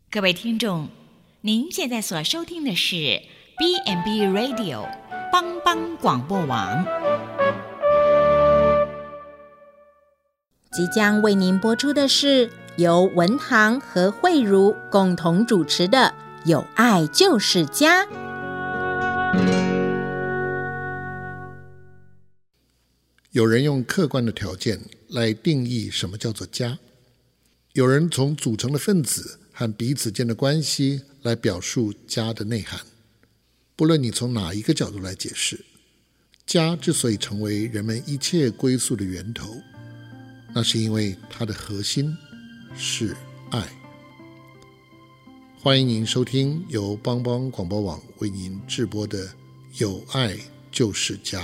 各位听众，您现在所收听的是 B&B Radio 帮帮广播网。即将为您播出的是由文堂和慧茹共同主持的《有爱就是家》。 有人用客观的条件来定义什么叫做家，有人从组成的分子和彼此间的关系来表述家的内涵。不论你从哪一个角度来解释，家之所以成为人们一切归宿的源头，那是因为它的核心是爱。欢迎您收听由帮帮广播网为您制播的《有爱就是家》。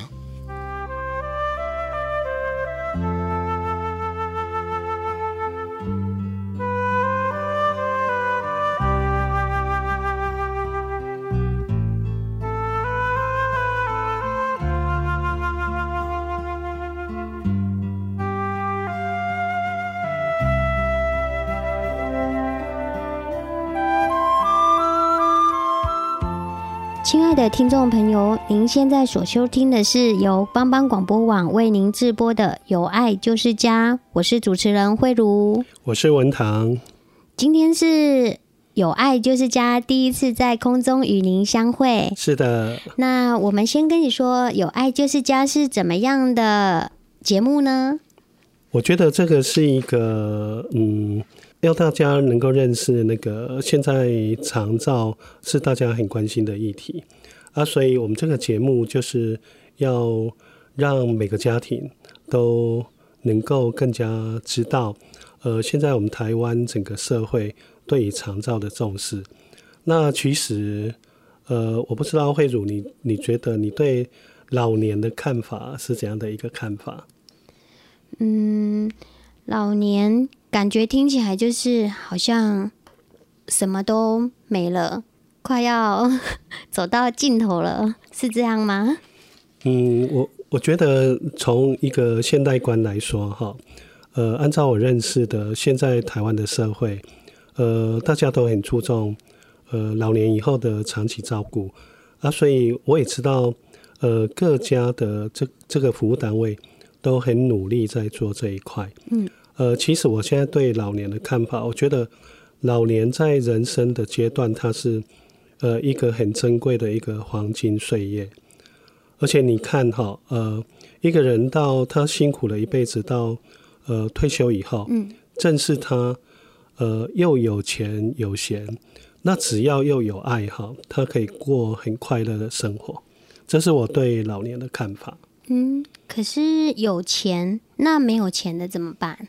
亲爱的听众朋友，您现在所收听的是由帮帮广播网为您直播的《有爱就是家》，我是主持人慧茹， 我是文堂。 今天是《有爱就是家》第一次在空中与您相会。是的。那我们先跟你说，《有爱就是家》是怎么样的节目呢？ 我觉得这个是一个要大家能够认识那个现在长照是大家很关心的议题啊，所以我们这个节目就是要让每个家庭都能够更加知道现在我们台湾整个社会对于长照的重视。那其实我不知道慧茹你觉得你对老年的看法是怎样的一个看法？ 老年感觉听起来就是好像什么都没了，快要走到尽头了，是这样吗？ 我觉得从一个现代观来说哈，按照我认识的现在台湾的社会，大家都很注重老年以后的长期照顾啊，所以我也知道各家的这个服务单位都很努力在做这一块。其实我现在对老年的看法，我觉得老年在人生的阶段，它是一个很珍贵的一个黄金岁月。而且你看哈，一个人到他辛苦了一辈子，到退休以后，正是他又有钱有闲，那只要又有爱哈，他可以过很快乐的生活。这是我对老年的看法。 可是有钱，那没有钱的怎么办？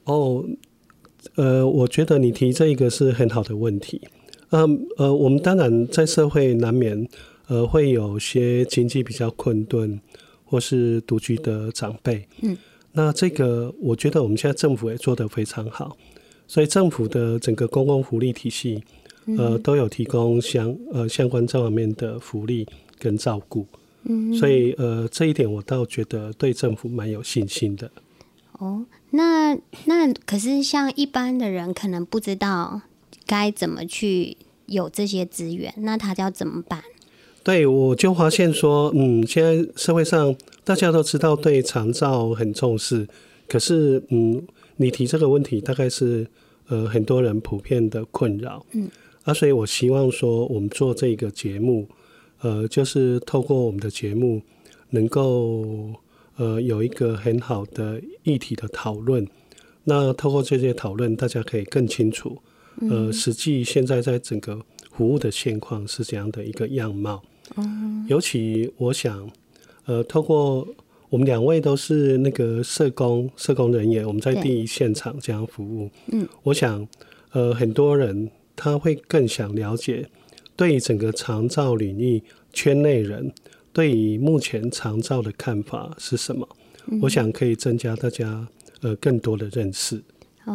我觉得你提这一个是很好的问题。我们当然在社会难免会有些经济比较困顿或是独居的长辈。那这个我觉得我们现在政府也做得非常好，所以政府的整个公共福利体系都有提供相关这方面的福利跟照顾。所以这一点我倒觉得对政府蛮有信心的。 那可是像一般的人可能不知道该怎么去有这些资源，那他要怎么办？ 对，我就发现说现在社会上大家都知道对长照很重视，可是你提这个问题大概是很多人普遍的困扰。所以我希望说我们做这个节目就是透过我们的节目能够有一个很好的议题的讨论，那透过这些讨论大家可以更清楚实际现在在整个服务的现况是怎样的一个样貌。尤其我想透过我们两位都是那个社工人员，我们在第一现场这样服务，我想很多人他会更想了解对于整个长照领域圈内人对于目前长照的看法是什么。我想可以增加大家更多的认识。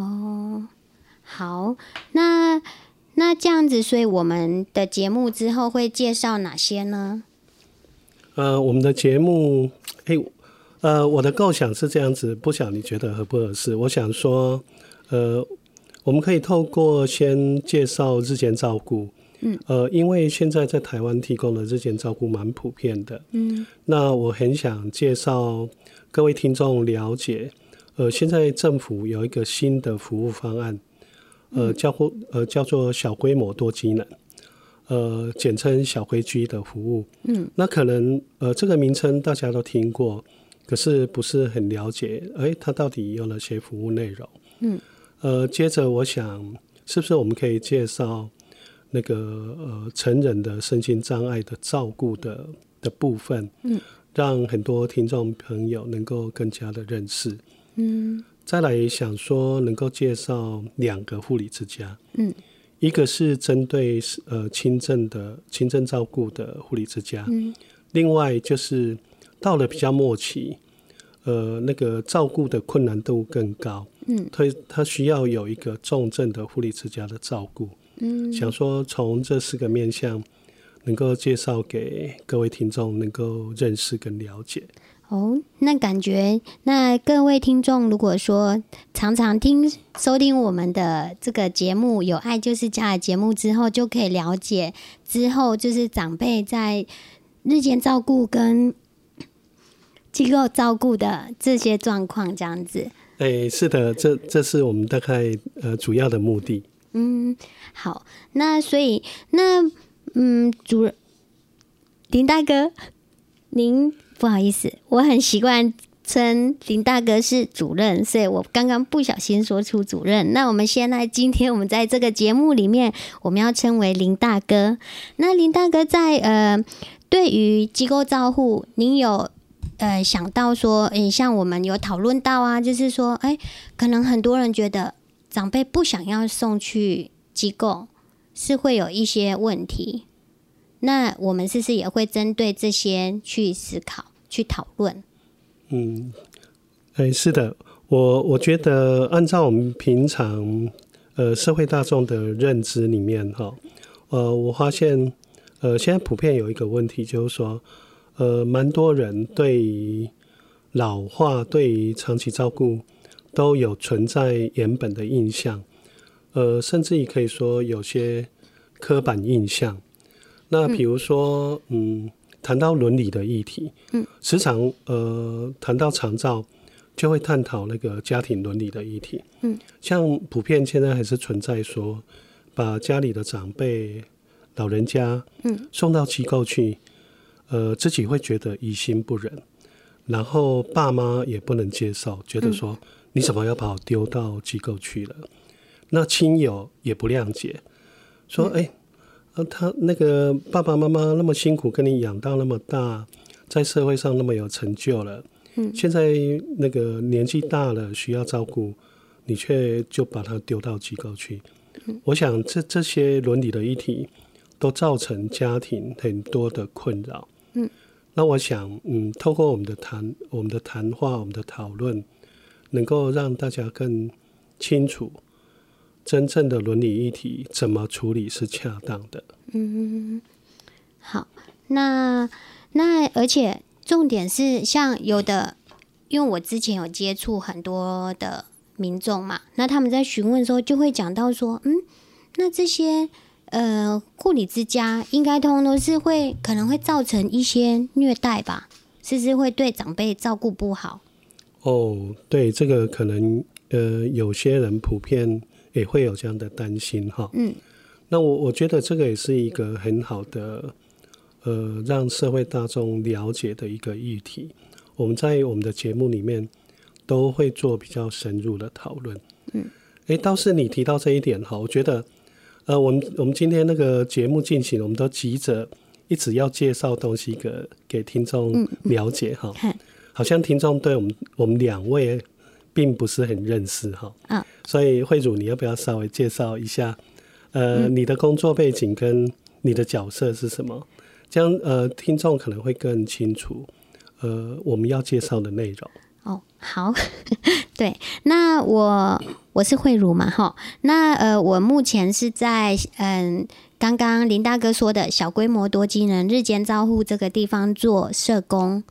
好，那这样子，所以我们的节目之后会介绍哪些呢？ 我们的节目我的构想是这样子，不晓得你觉得合不合适。我想说我们可以透过先介绍日间照顾，因为现在在台湾提供的日间照顾蛮普遍的，那我很想介绍各位听众了解，现在政府有一个新的服务方案，叫做小规模多机能，简称小规居的服务，那可能这个名称大家都听过，可是不是很了解，它到底有哪些服务内容？接着我想，是不是我们可以介绍那个成人的身心障碍的照顾的部分，让很多听众朋友能够更加的认识。再来想说能够介绍2个护理之家，一个是针对轻症照顾的护理之家，另外就是到了比较末期，那个照顾的困难度更高，他需要有一个重症的护理之家的照顾，想说从这4个面向能够介绍给各位听众能够认识跟了解。 那感觉那各位听众如果说常常收听我们的这个节目有爱就是家的节目之后，就可以了解之后就是长辈在日间照顾跟机构照顾的这些状况这样子。 是的，这是我们大概主要的目的。 好，那所以那主任林大哥，您不好意思，我很习惯称林大哥是主任，所以我刚刚不小心说出主任。那我们今天我们在这个节目里面，我们要称为林大哥。那林大哥在对于机构照护，您有想到说，像我们有讨论到啊，就是说，可能很多人觉得长辈不想要送去机构，是会有一些问题。那我们是不是也会针对这些去思考、去讨论？ 是的，我觉得按照我们平常社会大众的认知里面我发现现在普遍有一个问题，就是说蛮多人对于老化、对于长期照顾都有存在原本的印象，甚至也可以说有些刻板印象。那比如说谈到伦理的议题，时常谈到长照就会探讨那个家庭伦理的议题，像普遍现在还是存在说把家里的长辈老人家送到机构去，自己会觉得于心不忍，然后爸妈也不能接受，觉得说你怎么要把我丢到机构去了，那亲友也不谅解，说他那个爸爸妈妈那么辛苦跟你养到那么大，在社会上那么有成就了，现在那个年纪大了需要照顾，你却就把他丢到机构去。我想这些伦理的议题都造成家庭很多的困扰。那我想透过我们的谈话，我们的讨论，能够让大家更清楚真正的伦理议题怎么处理是恰当的。 好，那而且重点是像有的，因为我之前有接触很多的民众嘛，那他们在询问的时候就会讲到说，那这些护理之家应该通通都是可能会造成一些虐待吧？是不是会对长辈照顾不好？ 对，这个可能有些人普遍也会有这样的担心哈。那我觉得这个也是一个很好的让社会大众了解的一个议题。我们在我们的节目里面都会做比较深入的讨论。倒是你提到这一点哈，我觉得我们今天那个节目进行，我们都急着一直要介绍东西给听众了解哈。好像听众对我们2位并不是很认识哈。所以慧茹，你要不要稍微介绍一下你的工作背景跟你的角色是什么？这样听众可能会更清楚我们要介绍的内容。 好对，那我是慧茹嘛齁，那我目前是在刚刚林大哥说的小规模多机能日间照护这个地方做社工。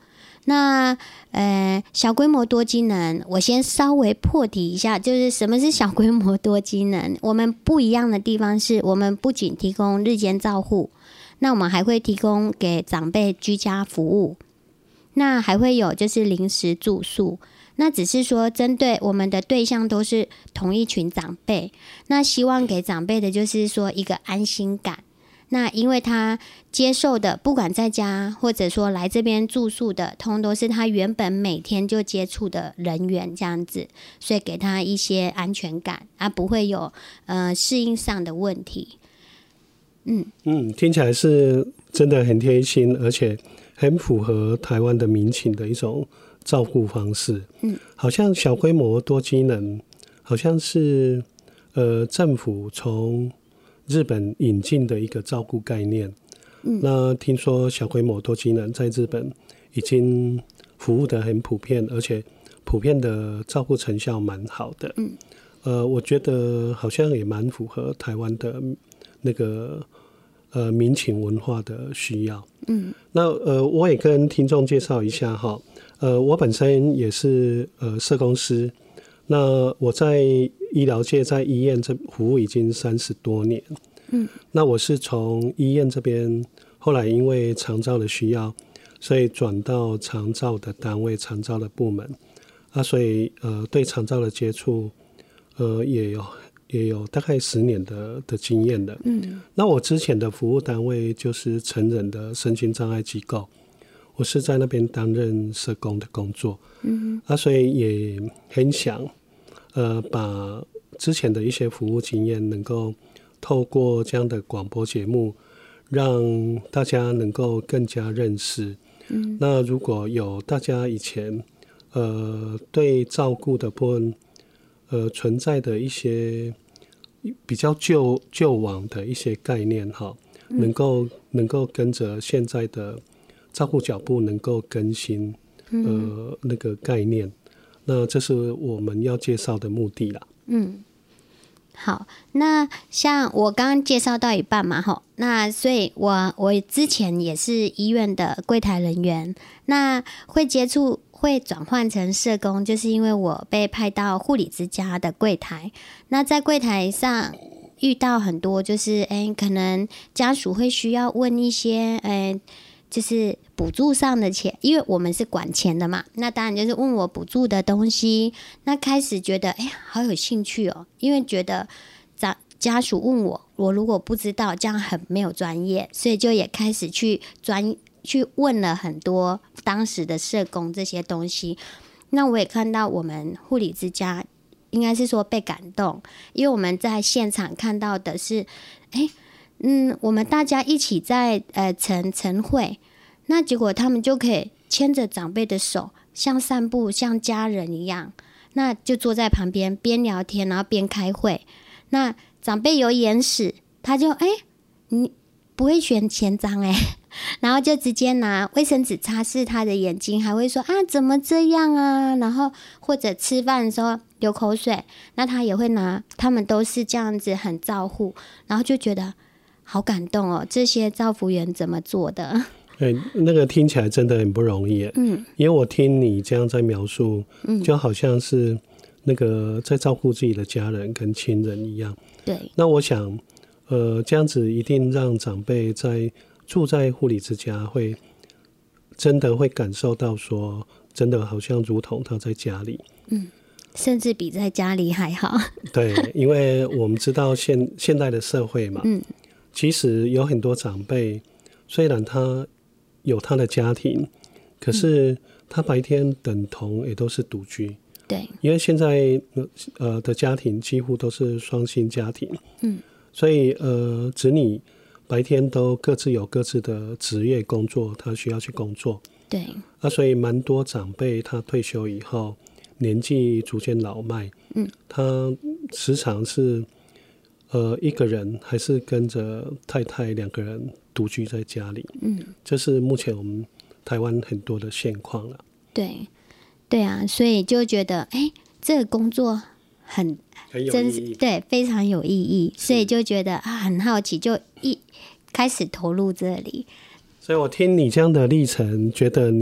那小规模多机能，我先稍微破题一下，就是什么是小规模多机能？我们不一样的地方是，我们不仅提供日间照护，那我们还会提供给长辈居家服务，那还会有就是临时住宿。那只是说针对我们的对象都是同一群长辈，那希望给长辈的就是说一个安心感。那因为他接受的不管在家或者说来这边住宿的，通都是他原本每天就接触的人员这样子，所以给他一些安全感，不会有适应上的问题。 听起来是真的很贴心，而且很符合台湾的民情的一种照顾方式。好像小规模多机能好像是政府从日本引进的一个照顾概念。那听说小规模多机能在日本已经服务的很普遍，而且普遍的照顾成效蛮好的。我觉得好像也蛮符合台湾的那个民情文化的需要。那我也跟听众介绍一下哈。我本身也是社工师，那我在医疗界在医院这服务已经30多年。那我是从医院这边后来因为长照的需要，所以转到长照的单位、长照的部门所以对长照的接触也有大概10年的经验的。那我之前的服务单位就是成人的身心障碍机构，我是在那边担任社工的工作。所以也很想把之前的一些服务经验能够透过这样的广播节目让大家能够更加认识。那如果有大家以前对照顾的部分存在的一些比较旧往的一些概念能够跟着现在的照顾脚步能够更新那个概念，那这是我们要介绍的目的啦。 好，那像我刚刚介绍到一半嘛，那所以我之前也是医院的柜台人员，那会转换成社工，就是因为我被派到护理之家的柜台。那在柜台上遇到很多就是可能家属会需要问一些就是补助上的钱，因为我们是管钱的嘛，那当然就是问我补助的东西。那开始觉得好有兴趣哦，因为觉得家属问我如果不知道这样很没有专业，所以就也开始去问了很多当时的社工这些东西。那我也看到我们护理之家应该是说被感动，因为我们在现场看到的是我们大家一起在晨会，那结果他们就可以牵着长辈的手，像散步，像家人一样，那就坐在旁边边聊天，然后边开会。那长辈有眼屎，他就你不会选前章然后就直接拿卫生纸擦拭他的眼睛，还会说怎么这样啊，然后或者吃饭的时候流口水，那他也会拿，他们都是这样子很照护，然后就觉得好感动哦，这些照服员怎么做的？ 那个听起来真的很不容易。因为我听你这样在描述，就好像是那个在照顾自己的家人跟亲人一样。 对。 那我想，这样子一定让长辈住在护理之家，真的会感受到说，真的好像如同他在家里。 甚至比在家里还好。 对，因为我们知道现代的社会嘛。其实有很多长辈，虽然他有他的家庭，可是他白天等同也都是独居。 对， 因为现在的家庭几乎都是双薪家庭。所以子女白天都各自有各自的职业工作，他需要去工作。 对。 所以蛮多长辈他退休以后，年纪逐渐老迈，他时常是一个人还是跟着太太2个人独居在家里。这是目前我们台湾很多的现况了。 对啊，所以就觉得这个工作很有意义，对，非常有意义，所以就觉得很好奇，就一开始投入这里。 所以我听你这样的历程，觉得你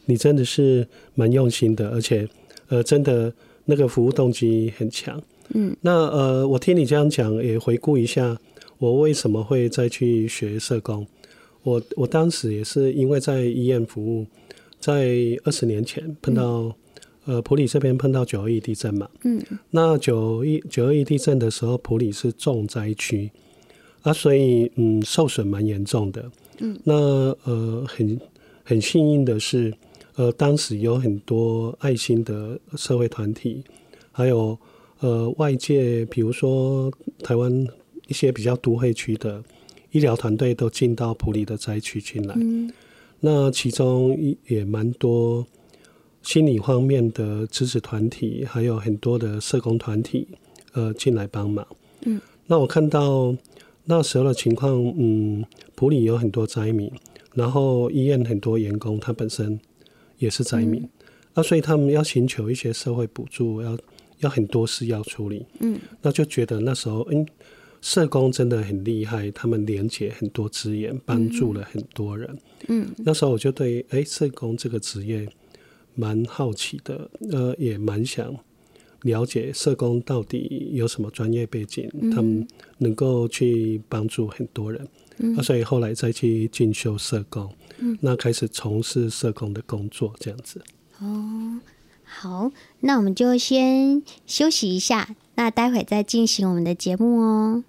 你真的是蛮用心的，而且真的那个服务动机很强。那我听你这样讲，也回顾一下我为什么会再去学社工。我当时也是因为在医院服务，在20年前碰到埔里这边碰到921地震嘛。那921地震的时候，埔里是重灾区啊，所以受损蛮严重的。那很幸运的是，当时有很多爱心的社会团体，还有外界，比如说台湾一些比较都会区的医疗团队都进到埔里的灾区进来。那其中也蛮多心理方面的支持团体，还有很多的社工团体进来帮忙。那我看到那时候的情况，埔里有很多灾民，然后医院很多员工他本身也是灾民。所以他们要寻求一些社会补助，要很多事要处理。那就觉得那时候社工真的很厉害，他们连结很多资源，帮助了很多人。那时候我就对社工这个职业蛮好奇的，也蛮想了解社工到底有什么专业背景，他们能够去帮助很多人。所以后来再去进修社工，那开始从事社工的工作这样子。 好，那我们就先休息一下，那待会再进行我们的节目哦。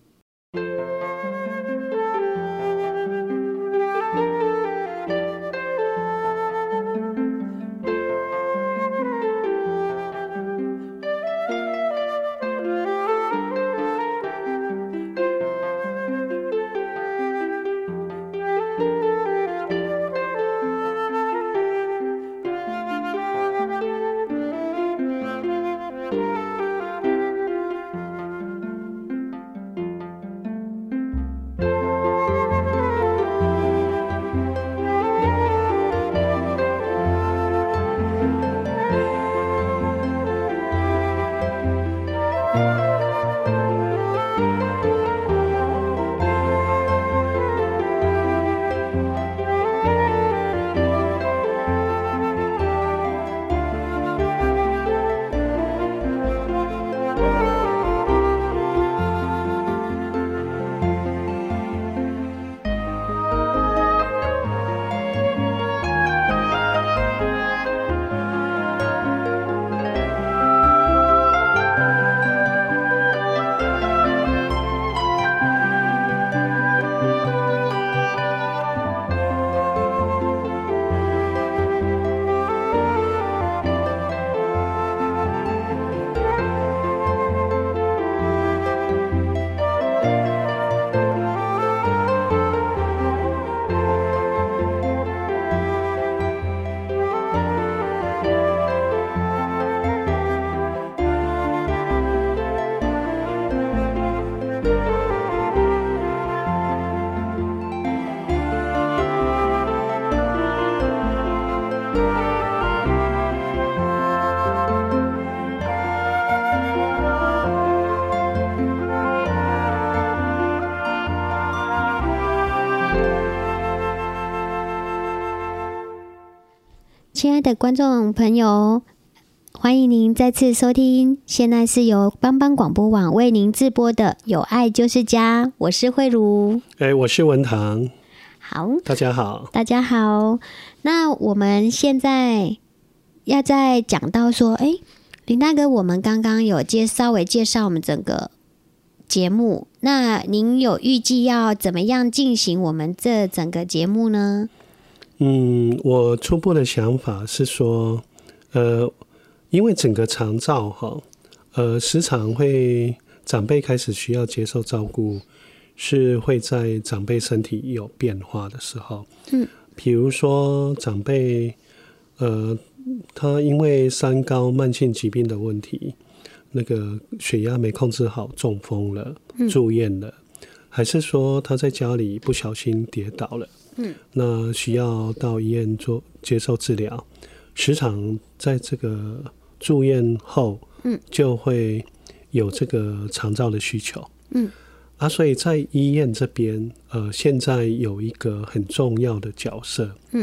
亲爱的观众朋友，欢迎您再次收听，现在是由帮帮广播网为您直播的有爱就是家，我是慧茹， 我是文堂。 好， 大家好。 大家好。那我们现在要再讲到说，林大哥，我们刚刚有稍微介绍我们整个节目，那您有预计要怎么样进行我们这整个节目呢？ 我初步的想法是说，因为整个长照时常会长辈开始需要接受照顾，是会在长辈身体有变化的时候。比如说长辈他因为三高慢性疾病的问题，那个血压没控制好，中风了，住院了，还是说他在家里不小心跌倒了，那需要到医院接受治疗，时常在这个住院后就会有这个长照的需求。所以在医院这边现在有一个很重要的角色，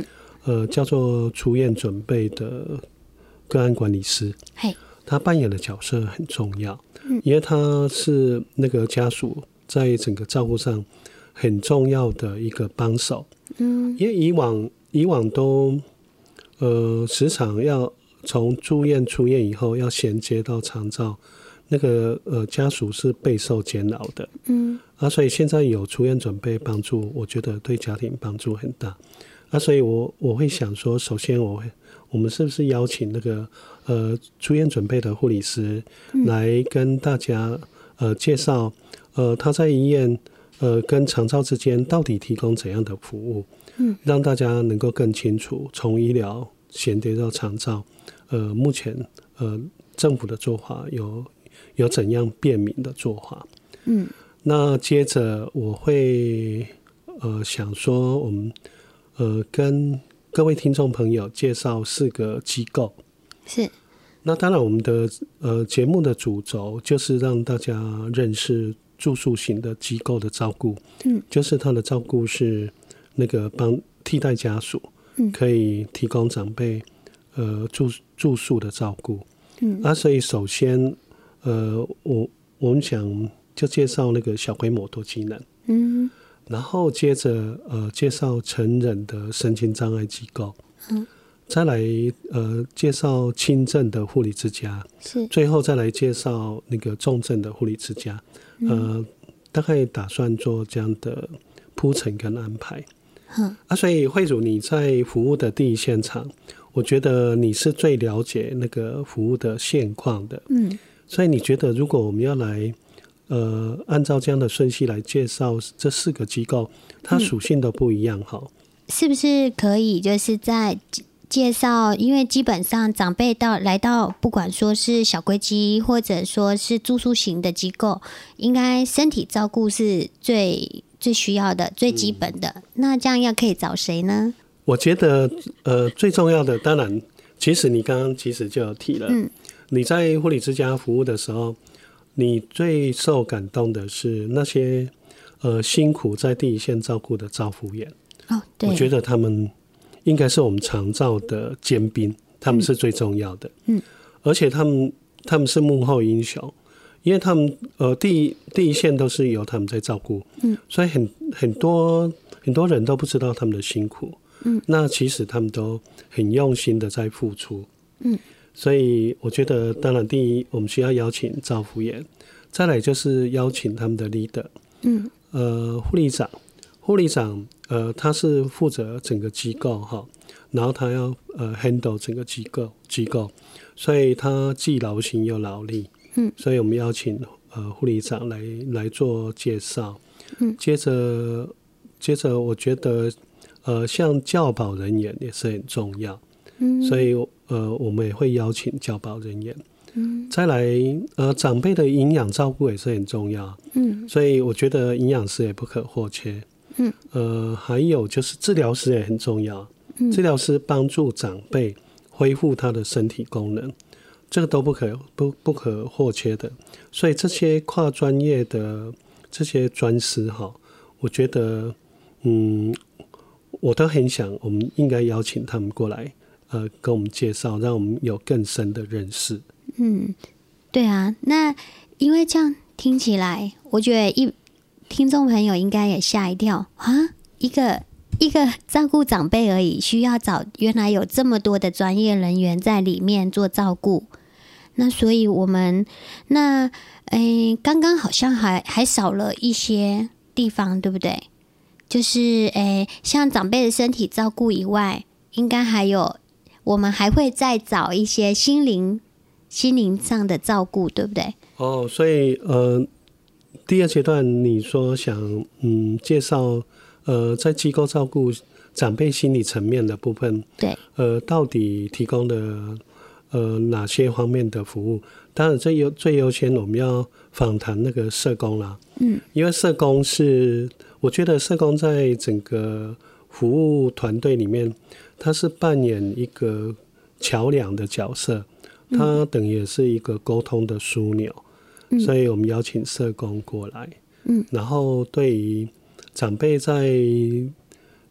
叫做出院准备的个案管理师，他扮演的角色很重要，因为他是那个家属在整个照顾上很重要的一个帮手。因为以往都时常要从住院出院以后要衔接到长照，那个家属是备受煎熬的。所以现在有出院准备帮助，我觉得对家庭帮助很大。所以我会想说，首先我们是不是邀请那个出院准备的护理师来跟大家介绍他在医院跟长照之间到底提供怎样的服务，让大家能够更清楚从医疗衔接到长照目前政府的做法有怎样便民的做法。那接着我会想说我们跟各位听众朋友介绍4个机构。 是。 那当然我们的节目的主轴就是让大家认识住宿型的机构的照顾，就是他的照顾是那个帮替代家属，可以提供长辈住宿的照顾。所以首先我们想就介绍那个小规模多机能，然后接着介绍成人的身心障碍机构，再来介绍轻症的护理之家，最后再来介绍那个重症的护理之家。大概打算做这样的铺陈跟安排。所以慧茹你在服务的第一现场，我觉得你是最了解那个服务的现况的。所以你觉得如果我们要来按照这样的顺序来介绍这4个机构，它属性都不一样， 是不是可以就是在介绍，因为基本上长辈来到不管说是小规机或者说是住宿型的机构，应该身体照顾是最需要的最基本的，那这样可以找谁呢？ 我觉得最重要的当然其实你刚刚就有提了，你在护理之家服务的时候，你最受感动的是那些辛苦在第一线照顾的照护员。对，我觉得他们应该是我们长照的尖兵，他们是最重要的。而且他们是幕后英雄，因为他们第一线都是由他们在照顾，所以很多人都不知道他们的辛苦。那其实他们都很用心的在付出。所以我觉得当然第一我们需要邀请照护员，再来就是邀请他们的 leader。护理长他是负责整个机构，然后他要handle 整个机构，所以他既劳心又劳力。所以我们邀请护理长来做介绍。接着我觉得像教保人员也是很重要。所以我们也会邀请教保人员。再来长辈的营养照顾也是很重要。所以我觉得营养师也不可或缺。还有就是治疗师也很重要。治疗师帮助长辈恢复他的身体功能，这个都不可或缺的。所以这些跨专业的这些专师我觉得我都很想我们应该邀请他们过来跟我们介绍，让我们有更深的认识。 对啊，那因为这样听起来，我觉得听众朋友应该也吓一跳啊！一个照顾长辈而已，需要原来有这么多的专业人员在里面做照顾。那所以我们刚刚好像还少了一些地方，对不对？就是像长辈的身体照顾以外，应该我们还会再找一些心灵上的照顾，对不对？ 所以第二阶段你说想介绍在机构照顾长辈心理层面的部分， 对， 到底提供的哪些方面的服务？当然最优先我们要访谈那个社工啦。因为社工我觉得社工在整个服务团队里面，他是扮演一个桥梁的角色，他等于也是一个沟通的枢纽。所以我们邀请社工过来。然后对于长辈在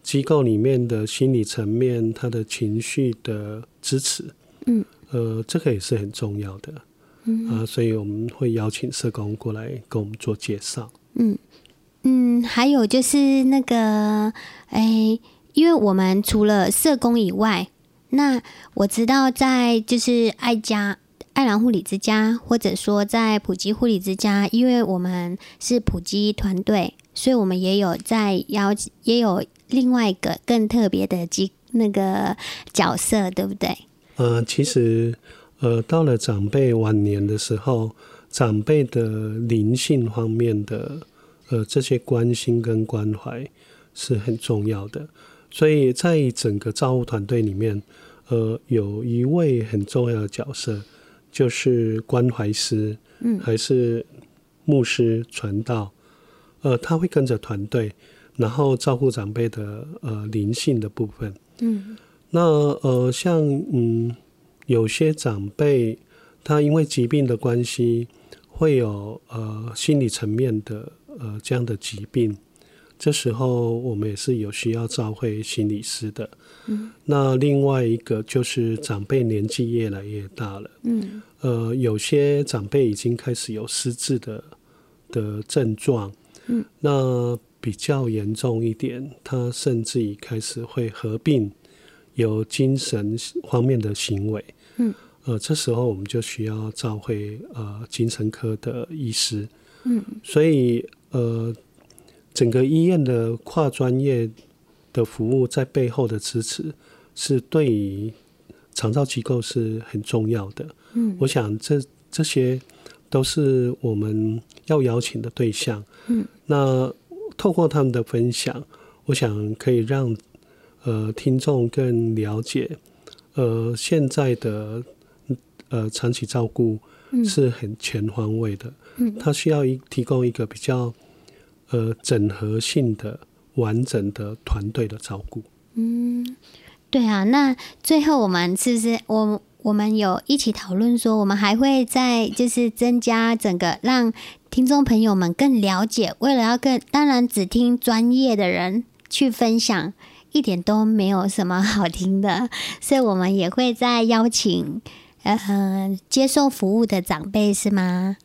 机构里面的心理层面，他的情绪的支持，这个也是很重要的，所以我们会邀请社工过来跟我们做介绍。 还有就是那个，因为我们除了社工以外，那我知道在就是爱良护理之家，或者说在普及护理之家，因为我们是普及团队，所以我们也有另外一个更特别的那个角色，对不对？ 其实到了长辈晚年的时候，长辈的灵性方面的这些关心跟关怀是很重要的，所以在整个照护团队里面，有一位很重要的角色，就是关怀师，还是牧师传道，他会跟着团队，然后照顾长辈的灵性的部分。那像有些长辈他因为疾病的关系会有心理层面的这样的疾病，这时候我们也是有需要召会心理师的。那另外一个就是长辈年纪越来越大了，有些长辈已经开始有失智的症状，那比较严重一点，他甚至于开始会合并有精神方面的行为，这时候我们就需要召会精神科的医师，所以整个医院的跨专业的服务在背后的支持是对于长照机构是很重要的。我想这些都是我们要邀请的对象。那透过他们的分享，我想可以让听众更了解现在的长期照顾是很全方位的，它需要提供一个比较整合性的完整的团队的照顾。 对啊，那最后我们是不是我们有一起讨论说，我们还会再就是增加整个让听众朋友们更了解，为了要当然只听专业的人去分享一点都没有什么好听的，所以我们也会再邀请接受服务的长辈，是吗？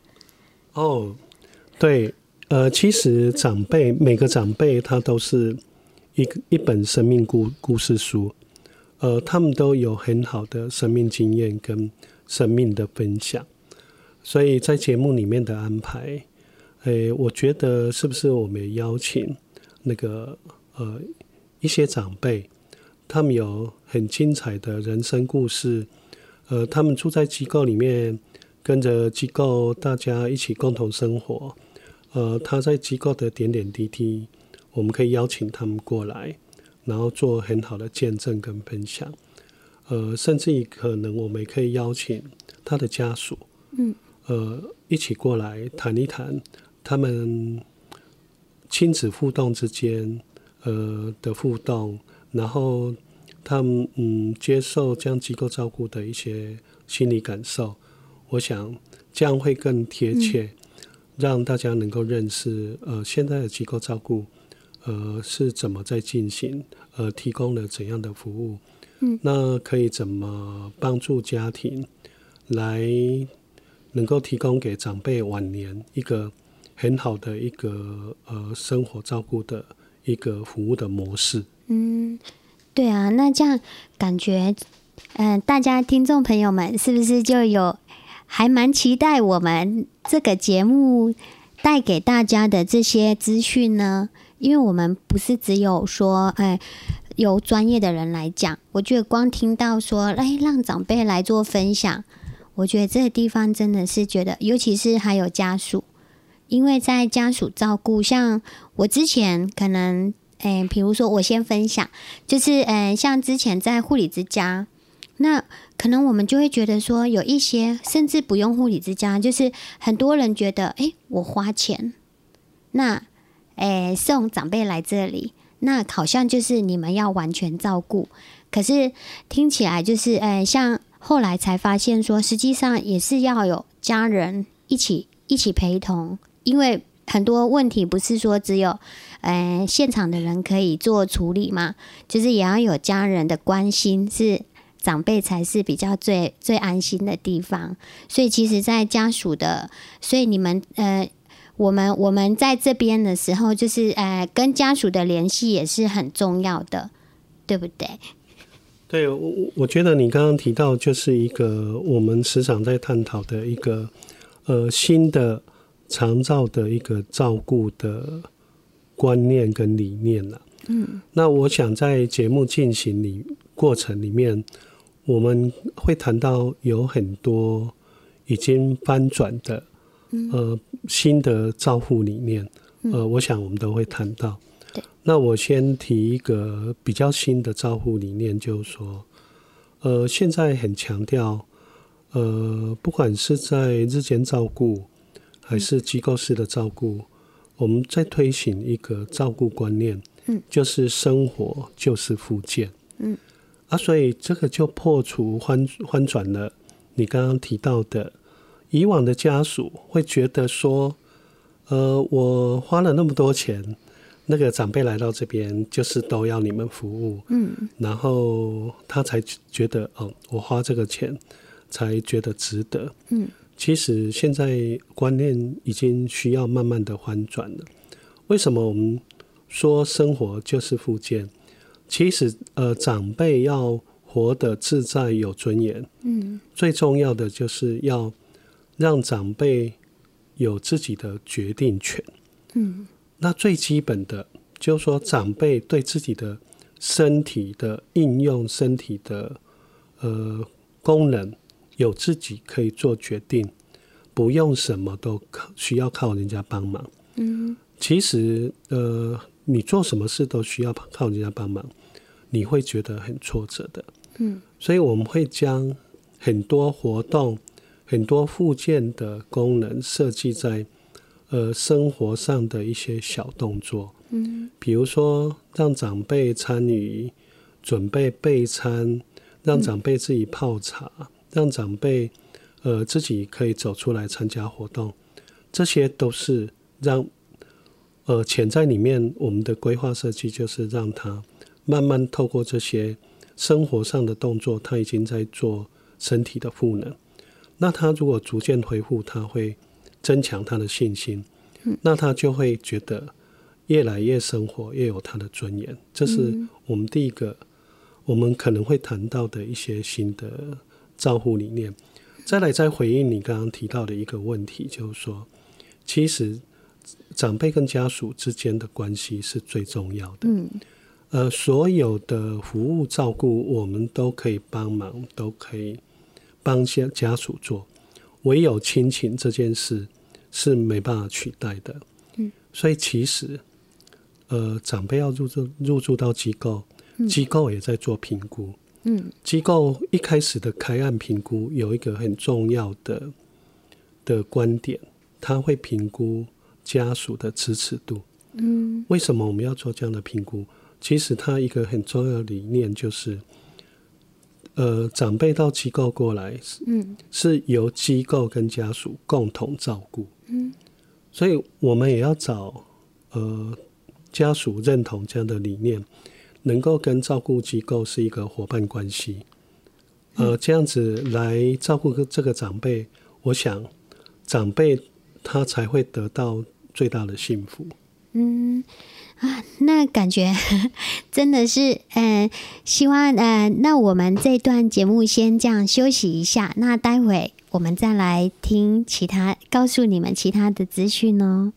对，其实每个长辈他都是一本生命故事书，他们都有很好的生命经验跟生命的分享，所以在节目里面的安排，我觉得是不是我们邀请那个一些长辈，他们有很精彩的人生故事，他们住在机构里面，跟着机构大家一起共同生活，他在机构的点点滴滴，我们可以邀请他们过来，然后做很好的见证跟分享，甚至于可能我们也可以邀请他的家属，一起过来谈一谈他们亲子互动之间的互动，然后他们接受这样机构照顾的一些心理感受，我想这样会更贴切，让大家能够认识现在的机构照顾是怎么在进行，提供了怎样的服务，那可以怎么帮助家庭来能够提供给长辈晚年一个很好的一个生活照顾的一个服务的模式。 对啊，那这样感觉大家听众朋友们是不是就有还蛮期待我们这个节目带给大家的这些资讯呢？因为我们不是只有说由专业的人来讲，我觉得光听到说让长辈来做分享，我觉得这个地方真的是觉得，尤其是还有家属，因为在家属照顾，像我之前可能比如说我先分享，就是像之前在护理之家，那可能我们就会觉得说，有一些甚至不用护理之家，就是很多人觉得我花钱，那送长辈来这里，那好像就是你们要完全照顾，可是听起来就是像后来才发现说，实际上也是要有家人一起陪同，因为很多问题不是说只有现场的人可以做处理嘛，就是也要有家人的关心，是长辈才是比较最安心的地方。所以其实在家属的，所以你们我们在这边的时候，就是跟家属的联系也是很重要的，对不对？ 对，我觉得你刚刚提到就是一个我们时常在探讨的一个新的长照的一个照顾的观念跟理念啦。那我想在节目进行过程里面，我们会谈到有很多已经翻转的新的照护理念，我想我们都会谈到。那我先提一个比较新的照护理念，就是说，现在很强调，不管是在日间照顾还是机构式的照顾，我们在推行一个照顾观念，就是生活就是复健，所以这个就破除翻转了你刚刚提到的，以往的家属会觉得说，我花了那么多钱。那个长辈来到这边，就是都要你们服务，然后他才觉得我花这个钱才觉得值得，其实现在观念已经需要慢慢的翻转了。为什么我们说生活就是复健？其实长辈要活得自在有尊严，最重要的就是要让长辈有自己的决定权，那最基本的就是说，长辈对自己的身体的应用、身体的功能有自己可以做决定，不用什么都需要靠人家帮忙。其实你做什么事都需要靠人家帮忙，你会觉得很挫折的。所以我们会将很多活动、很多复健的功能设计在生活上的一些小动作，比如说让长辈参与准备备餐，让长辈自己泡茶，让长辈自己可以走出来参加活动，这些都是让潜在里面我们的规划设计就是让他慢慢透过这些生活上的动作，他已经在做身体的赋能。那他如果逐渐恢复，他会增强他的信心，那他就会觉得越来越生活越有他的尊严。这是我们第一个我们可能会谈到的一些新的照护理念。再来再回应你刚刚提到的一个问题，就是说其实长辈跟家属之间的关系是最重要的。所有的服务照顾我们都可以帮忙，都可以帮家属做，唯有亲情这件事是没办法取代的。所以其实长辈要入住到机构，机构也在做评估。机构一开始的开案评估有一个很重要的观点，他会评估家属的支持度。为什么我们要做这样的评估？其实它一个很重要的理念就是长辈到机构过来，是由机构跟家属共同照顾。所以我们也要找家属认同这样的理念，能够跟照顾机构是一个伙伴关系，这样子来照顾这个长辈，我想长辈他才会得到最大的幸福。 那感觉真的是希望那我们这段节目先这样休息一下，那待会我们再来听告诉你们其他的资讯哦。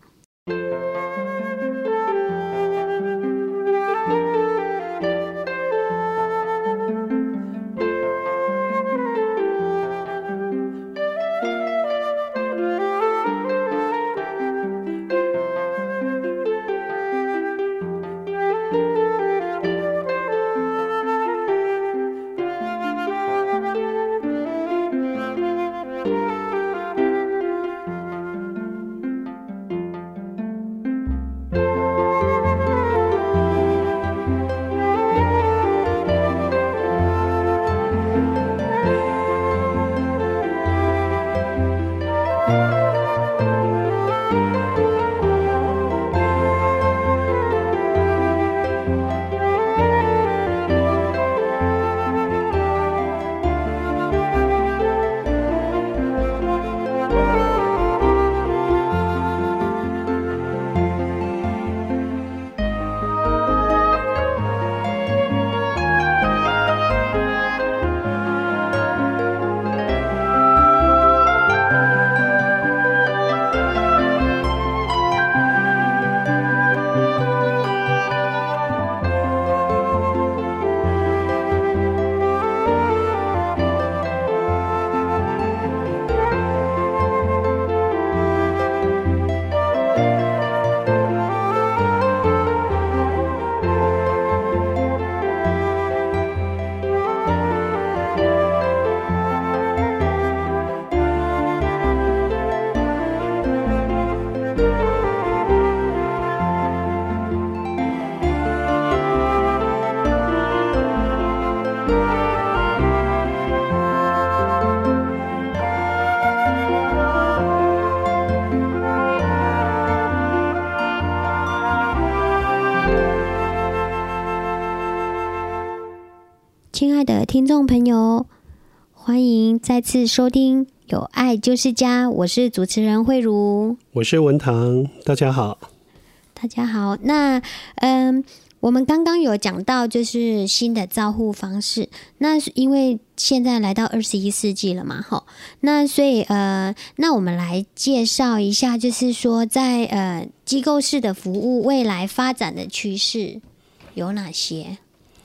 亲爱的听众朋友，欢迎再次收听有爱就是家，我是主持人慧茹， 我是文堂，大家好。 大家好。那我们刚刚有讲到就是新的照护方式，那因为现在来到21世纪了嘛，那所以那我们来介绍一下，就是说在机构式的服务未来发展的趋势有哪些？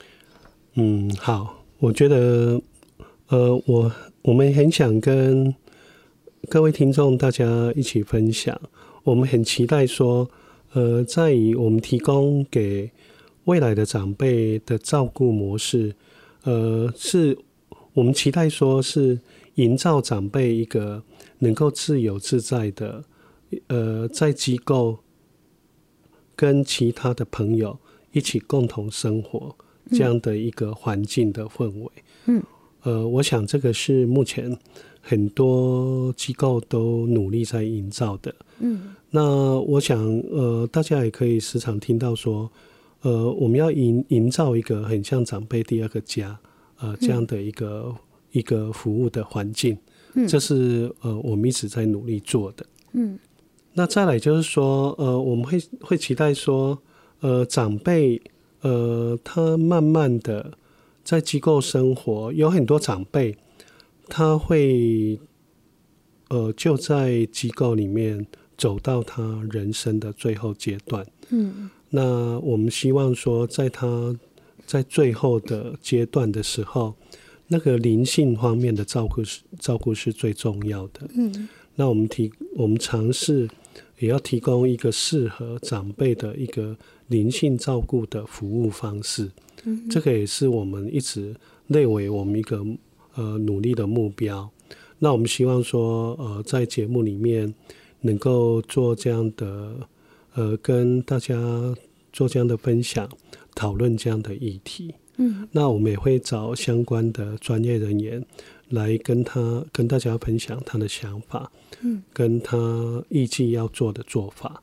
好，我觉得我们很想跟各位听众大家一起分享，我们很期待说在于我们提供给未来的长辈的照顾模式，是我们期待说是营造长辈一个能够自由自在的在机构跟其他的朋友一起共同生活这样的一个环境的氛围。我想这个是目前很多机构都努力在营造的。那我想大家也可以时常听到说我们要营造一个很像长辈第二个家这样的一个服务的环境。这是我们一直在努力做的。那再来就是说我们会期待说长辈他慢慢的在机构生活，有很多长辈他会就在机构里面走到他人生的最后阶段。那我们希望说在他在最后的阶段的时候，那个灵性方面的照顾是最重要的。那我们尝试也要提供一个适合长辈的一个灵性照顾的服务方式。这个也是我们一直列为我们一个努力的目标。那我们希望说在节目里面能够做这样的跟大家做这样的分享，讨论这样的议题。那我们也会找相关的专业人员来跟大家分享他的想法，跟他预计要做的做法。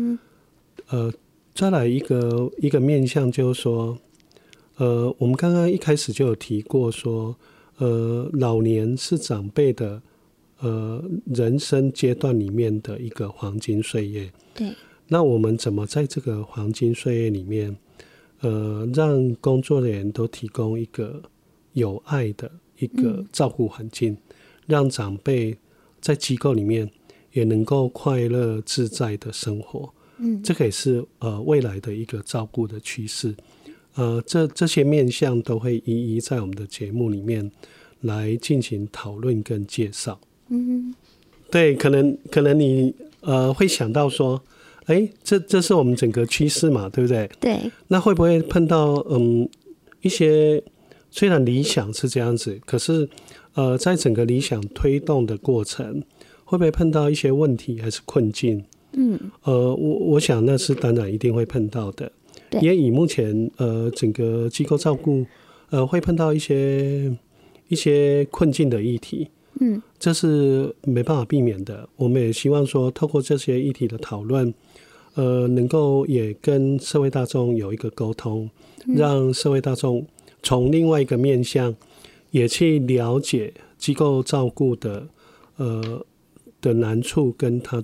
再来一个面向就是说我们刚刚一开始就有提过说老年是长辈的人生阶段里面的一个黄金岁月。 对。 那我们怎么在这个黄金岁月里面让工作人员都提供一个有爱的一个照顾环境，让长辈在机构里面也能够快乐自在的生活。这个也是未来的一个照顾的趋势。这些面向都会一一在我们的节目里面来进行讨论跟介绍。对，可能你会想到说这是我们整个趋势嘛，对不对？ 对。那会不会碰到一些虽然理想是这样子，可是在整个理想推动的过程，会不会碰到一些问题还是困境？我想那是当然一定会碰到的。也以目前整个机构照顾会碰到一些困境的议题。这是没办法避免的。我们也希望说透过这些议题的讨论能够也跟社会大众有一个沟通，让社会大众从另外一个面向也去了解机构照顾的难处跟它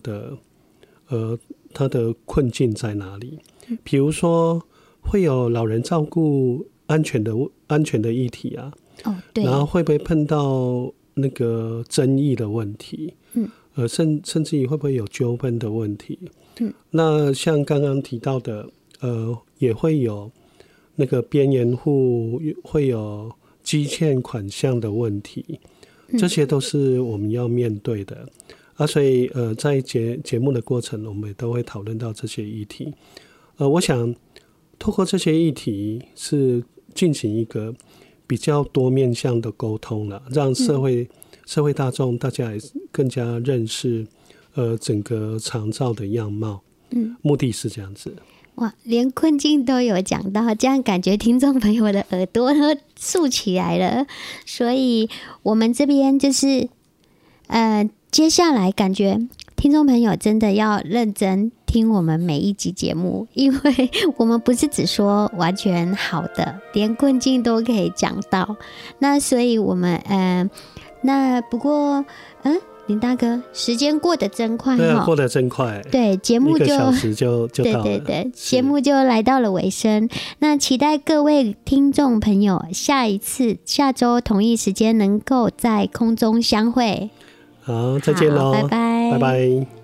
的困境在哪里。比如说会有老人照顾安全的议题啊，对，然后会不会碰到那个争议的问题，甚至于会不会有纠纷的问题。那像刚刚提到的也会有那个边缘户，会有积欠款项的问题，这些都是我们要面对的所以在节目的过程我们也都会讨论到这些议题。我想透过这些议题是进行一个比较多面向的沟通了，让社会大众大家也更加认识整个长照的样貌。目的是这样子。 哇，连困境都有讲到，这样感觉听众朋友的耳朵都竖起来了。所以我们这边就是接下来感觉听众朋友真的要认真听我们每一集节目，因为我们不是只说完全好的，连困境都可以讲到。那所以我们那不过林大哥，时间过得真快， 对啊，过得真快。 对，节目就1个小时就到了， 对，节目就来到了尾声。那期待各位听众朋友下周同一时间能够在空中相会。 好，再见喽， 拜拜， 拜拜。